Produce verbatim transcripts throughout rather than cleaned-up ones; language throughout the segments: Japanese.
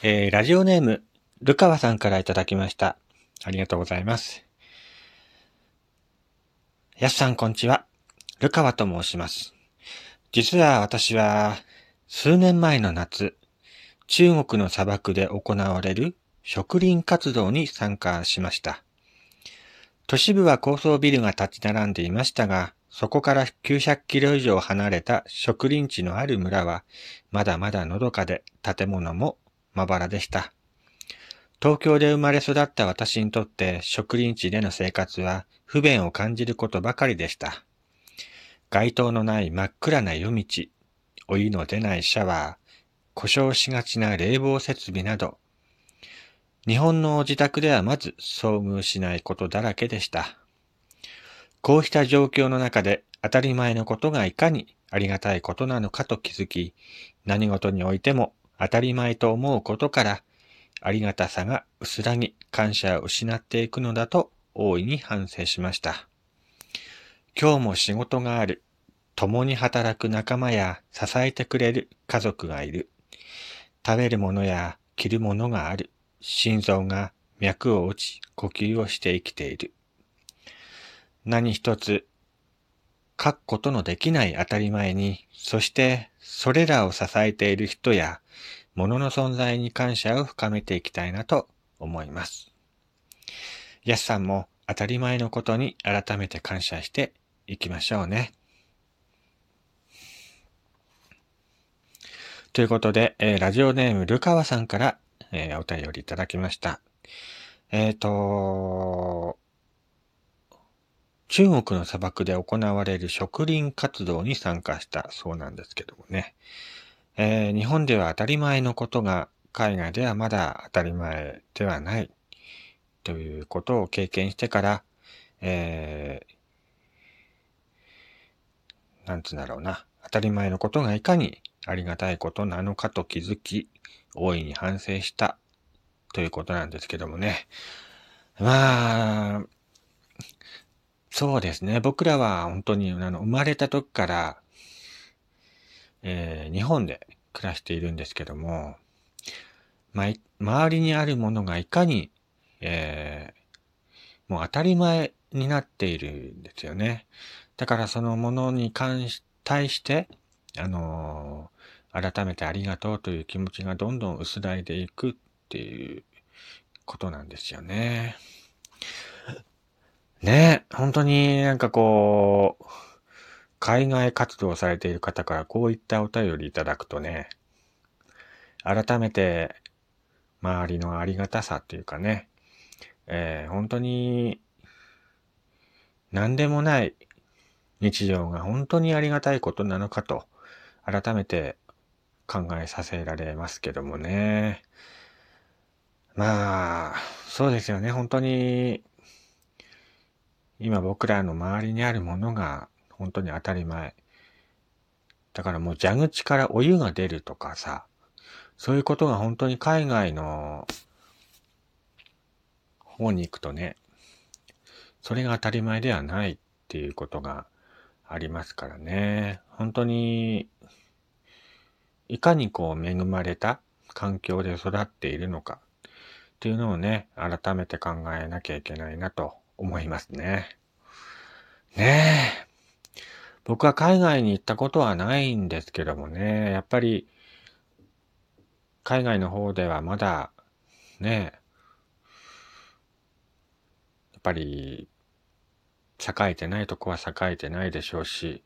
えー、ラジオネーム、ルカワさんからいただきました。ありがとうございます。やすさん、こんにちは。ルカワと申します。実は私は、数年前の夏、中国の砂漠で行われる植林活動に参加しました。都市部は高層ビルが立ち並んでいましたが、そこからきゅうひゃくキロ以上離れた植林地のある村は、まだまだのどかで建物もまばらでした。東京で生まれ育った私にとって植林地での生活は不便を感じることばかりでした。街灯のない真っ暗な夜道、お湯の出ないシャワー、故障しがちな冷房設備など、日本の自宅ではまず遭遇しないことだらけでした。こうした状況の中で当たり前のことがいかにありがたいことなのかと気づき、何事においても当たり前と思うことからありがたさが薄らぎ感謝を失っていくのだと大いに反省しました。今日も仕事がある。共に働く仲間や支えてくれる家族がいる。食べるものや着るものがある。心臓が脈を打ち呼吸をして生きている。何一つ書くことのできない当たり前に、そしてそれらを支えている人や物の存在に感謝を深めていきたいなと思います。やすさんも当たり前のことに改めて感謝していきましょうね。ということで、えー、ラジオネームルカワさんから、えー、お便りいただきました。えっと、中国の砂漠で行われる植林活動に参加したそうなんですけどもね。えー、日本では当たり前のことが海外ではまだ当たり前ではないということを経験してから、えー、なんつうんだろうな。当たり前のことがいかにありがたいことなのかと気づき、大いに反省したということなんですけどもね。まあ、そうですね。僕らは本当にあの生まれた時から、えー、日本で暮らしているんですけども、ま、周りにあるものがいかに、えー、もう当たり前になっているんですよね。だからそのものに関し、対して、あのー、改めてありがとうという気持ちがどんどん薄らいでいくっていうことなんですよね。ねえ、本当になんかこう、海外活動をされている方からこういったお便りいただくとね、改めて周りのありがたさっていうかね、えー、本当に何でもない日常が本当にありがたいことなのかと改めて考えさせられますけどもね。まあ、そうですよね。本当に今僕らの周りにあるものが本当に当たり前。だからもう蛇口からお湯が出るとかさ、そういうことが本当に海外の方に行くとね、それが当たり前ではないっていうことがありますからね。本当に、いかにこう恵まれた環境で育っているのかっていうのをね、改めて考えなきゃいけないなと思いますね。ねえ。僕は海外に行ったことはないんですけどもね、やっぱり海外の方ではまだね、やっぱり栄えてないとこは栄えてないでしょうし、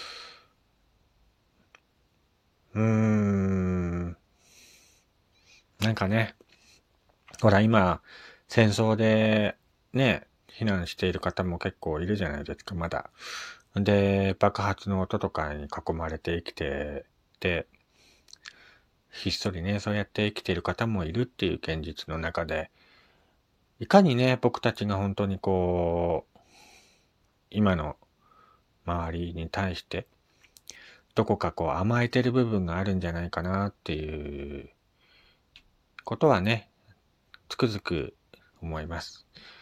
うーん、なんかね、ほら今、戦争でね、避難している方も結構いるじゃないですか、まだ。で、爆発の音とかに囲まれて生きて、で、ひっそりね、そうやって生きている方もいるっていう現実の中で、いかにね、僕たちが本当にこう、今の周りに対して、どこかこう甘えてる部分があるんじゃないかなっていうことはね、つくづく思います。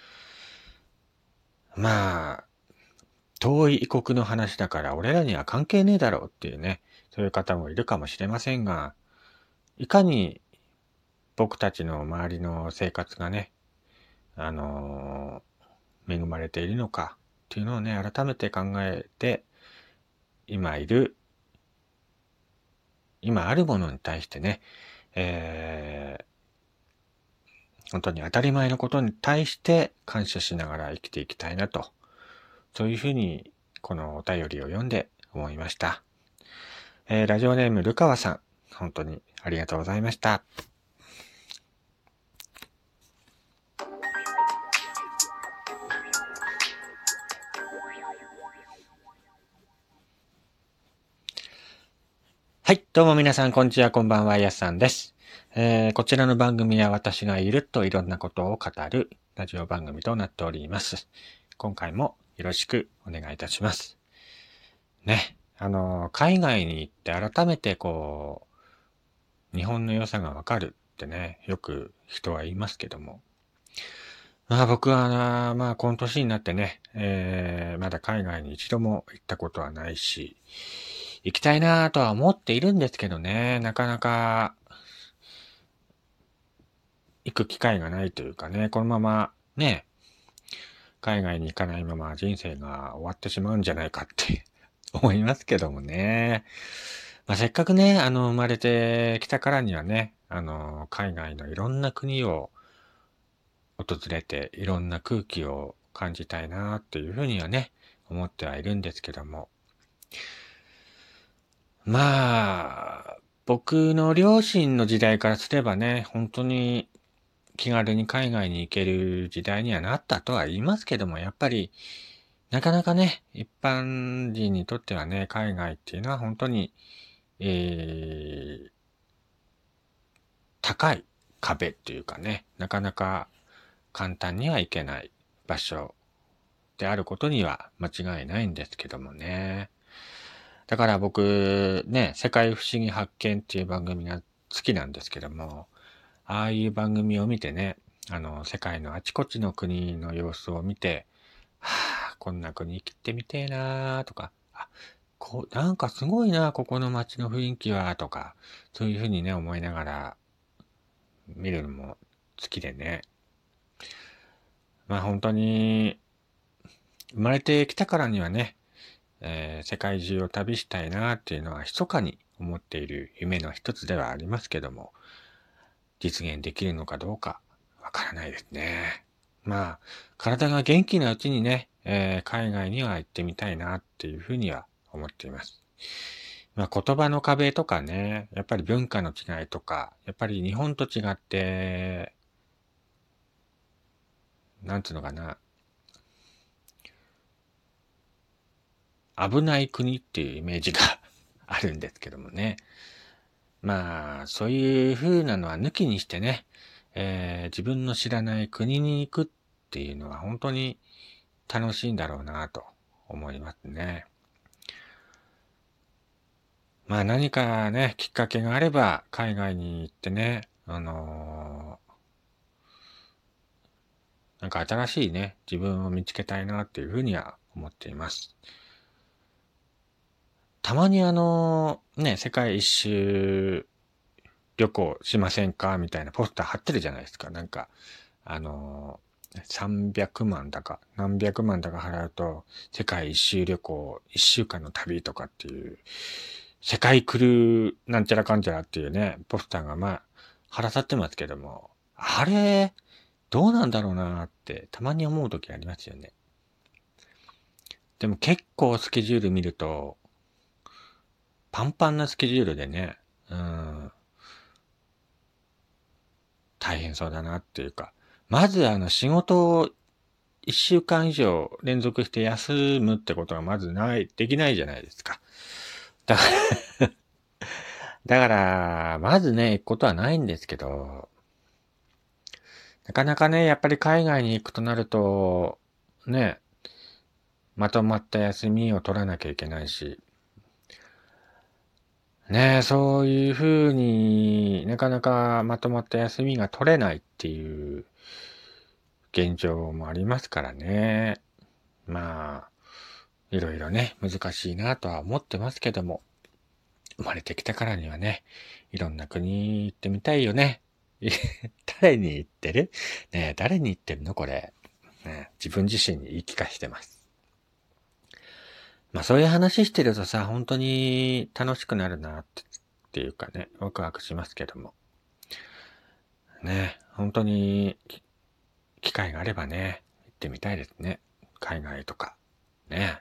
まあ、遠い異国の話だから俺らには関係ねえだろうっていうね、そういう方もいるかもしれませんが、いかに僕たちの周りの生活がね、あのー、恵まれているのかっていうのをね、改めて考えて、今いる、今あるものに対してね、えー、本当に当たり前のことに対して感謝しながら生きていきたいなと、そういうふうにこのお便りを読んで思いました。えー、ラジオネームルカワさん、本当にありがとうございました。はい、どうも皆さん、こんにちは、こんばんは、やすさんです。えー、こちらの番組は私がいるといろんなことを語るラジオ番組となっております。今回もよろしくお願いいたします。ね、あの、海外に行って改めてこう、日本の良さがわかるってね、よく人は言いますけども。まあ僕は、まあこの年になってね、えー、まだ海外に一度も行ったことはないし、行きたいなぁとは思っているんですけどね、なかなか行く機会がないというかね、このままね、海外に行かないまま人生が終わってしまうんじゃないかって思いますけどもね。まあ、せっかくね、あの、生まれてきたからにはね、あの、海外のいろんな国を訪れて、いろんな空気を感じたいなっていうふうにはね、思ってはいるんですけども。まあ、僕の両親の時代からすればね、本当に気軽に海外に行ける時代にはなったとは言いますけども、やっぱり、なかなかね、一般人にとってはね、海外っていうのは本当に、えー、高い壁っていうかね、なかなか簡単には行けない場所であることには間違いないんですけどもね。だから僕、ね、世界不思議発見っていう番組が好きなんですけども、ああいう番組を見てね、あの、世界のあちこちの国の様子を見て、はあ、こんな国行ってみてえなーとか、あ、こう、なんかすごいな、ここの街の雰囲気は、とか、そういうふうにね、思いながら見るのも好きでね。まあ本当に、生まれてきたからにはね、えー世界中を旅したいなっていうのは密かに思っている夢の一つではありますけども、実現できるのかどうかわからないですね。まあ、体が元気なうちにね、えー海外には行ってみたいなっていうふうには思っています。まあ、言葉の壁とかね、やっぱり文化の違いとか、やっぱり日本と違って、なんつうのかな、危ない国っていうイメージがあるんですけどもね。まあ、そういう風なのは抜きにしてね、えー自分の知らない国に行くっていうのは本当に楽しいんだろうなと思いますね。まあ何かね、きっかけがあれば海外に行ってね、あのーなんか新しいね、自分を見つけたいなっていうふうには思っています。たまにあのーね、世界一周旅行しませんかみたいなポスター貼ってるじゃないですか。なんか、あのー、さんびゃくまんだか、何百万だか払うと、世界一周旅行、一週間の旅とかっていう、世界来るなんちゃらかんちゃらっていうね、ポスターがまあ、貼らさってますけども、あれ、どうなんだろうなーってたまに思うときありますよね。でも結構スケジュール見ると、パンパンなスケジュールでね、うん、大変そうだなっていうか、まずあの仕事を一週間以上連続して休むってことがまずない、できないじゃないですか。だから、だから、まずね、行くことはないんですけど、なかなかね、やっぱり海外に行くとなると、ね、まとまった休みを取らなきゃいけないし、ねえ、そういうふうになかなかまとまった休みが取れないっていう現状もありますからね。まあ、いろいろね、難しいなとは思ってますけども、生まれてきたからにはね、いろんな国行ってみたいよね。 誰に言ってるねえ、誰に言ってるのこれ。ねえ、自分自身に言い聞かせてます。まあそういう話してるとさ、本当に楽しくなるなって、っていうかね、ワクワクしますけども。ねえ、本当に、機会があればね、行ってみたいですね。海外とか。ね。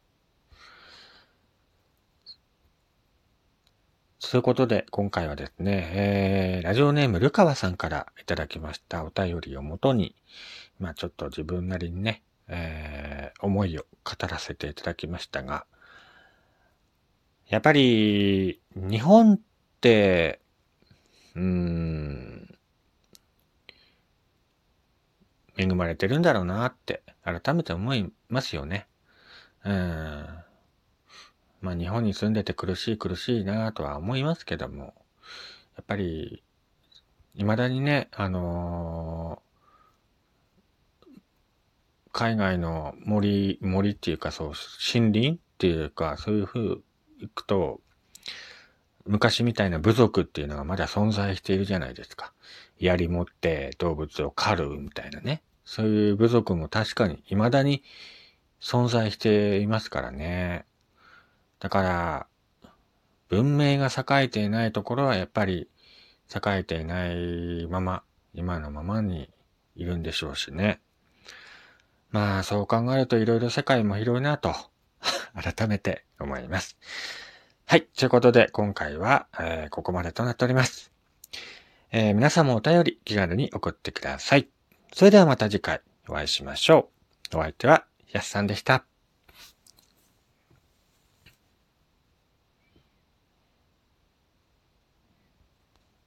そういうことで、今回はですね、えー、ラジオネームルカワさんからいただきましたお便りをもとに、まあちょっと自分なりにね、えー、思いを語らせていただきましたが、やっぱり、日本って、うーん、恵まれてるんだろうなって、改めて思いますよね。うん。まあ日本に住んでて苦しい苦しいなとは思いますけども、やっぱり、未だにね、あのー海外の森、森っていうかそう、森林っていうか、そういう風行くと、昔みたいな部族っていうのがまだ存在しているじゃないですか。槍持って動物を狩るみたいなね。そういう部族も確かに未だに存在していますからね。だから、文明が栄えていないところはやっぱり栄えていないまま、今のままにいるんでしょうしね。まあそう考えるといろいろ世界も広いなと改めて思います。はい。ということで今回は、えーここまでとなっております。えー皆さんもお便り気軽に送ってください。それではまた次回お会いしましょう。お相手はやすさんでした。